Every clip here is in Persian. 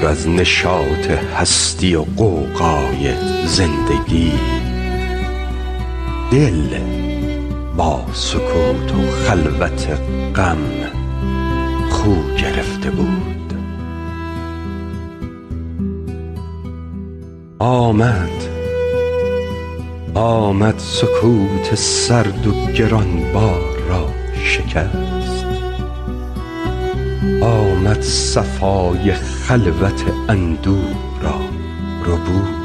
از نشاط هستی و غوغای زندگی، دل با سکوت و خلوت غم خو گرفته بود. آمد سکوت سرد و گرانبار را شکست، آمد صفای خلوت اندوه را ربود.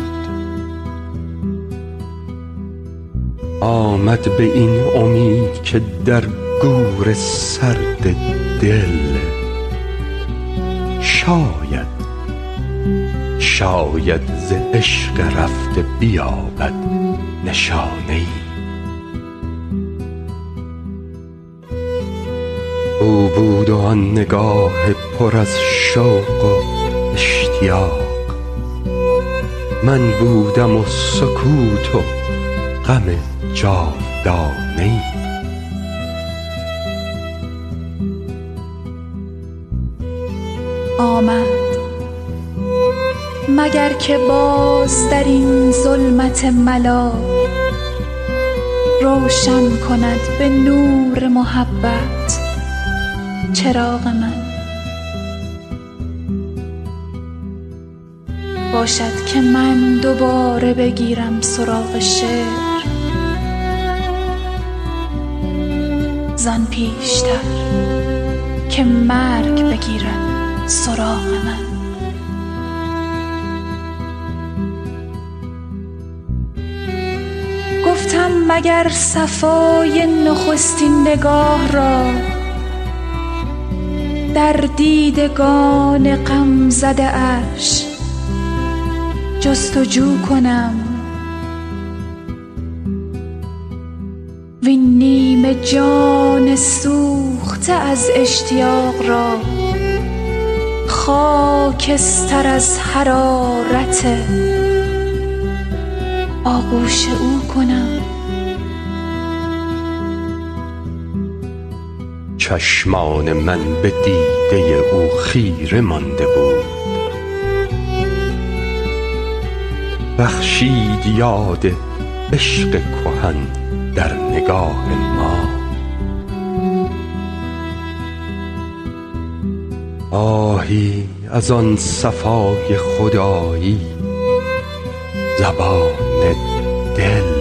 آمد به این امید که در گور سرد دل شاید ز عشق رفته بیابد نشانه‌ای. او بود و آن نگاه پر از شوق و اشتیاق، من بودم و سکوت و غم جاودانه‌ای. آمد مگر که باز در این ظلمت ملا روشن کند به نور محبت چراغ من. باشد که من دوباره بگیرم سراغ شعر، زان پیشتر که مرگ بگیرد سراغ من. گفتم مگر صفای نخستین نگاه را در دیدگان غم زده اش جستجو کنم، وین نیمه جان سوخته از اشتیاق را خاکستر از حرارت آغوش او کنم. چشمان من به دیده او خیره مانده بود، بخشید یاد عشق کهن در نگاه ما. آهی از آن صفای خدایی زبان دل،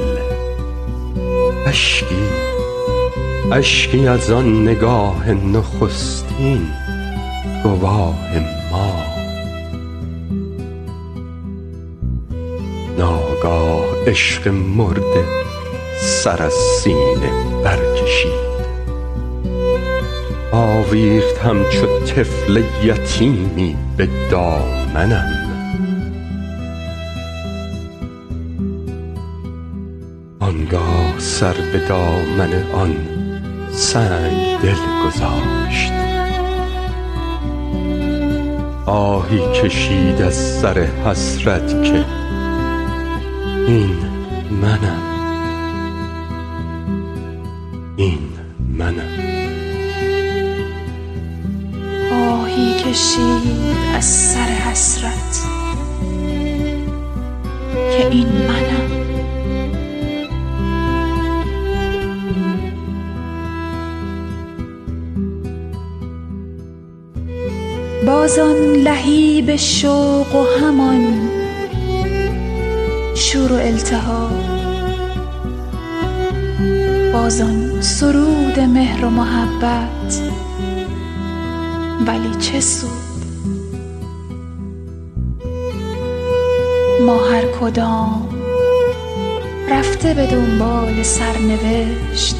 اشکی از آن نگاه نخستین گواه ما. ناگاه عشق مرده سر از سینه برکشید، آویخت همچو طفل یتیمی به دامنم. آنگاه سر به دامن آن سنگ دل گذاشت، آهی کشید از سر حسرت که این منم. آهی کشید از سر حسرت که این منم. باز آن لهیب شوق و همان شور و التهاب، باز آن سرود مهر و محبت، ولی چه سود؟ ما هر کدام رفته به دنبال سرنوشت،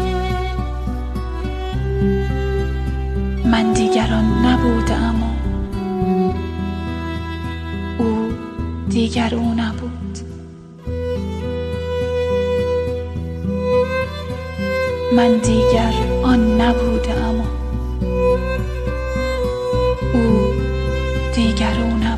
من دیگران نبودم و او دیگر او نبود. من دیگر آن نبودم و او دیگر او نبود.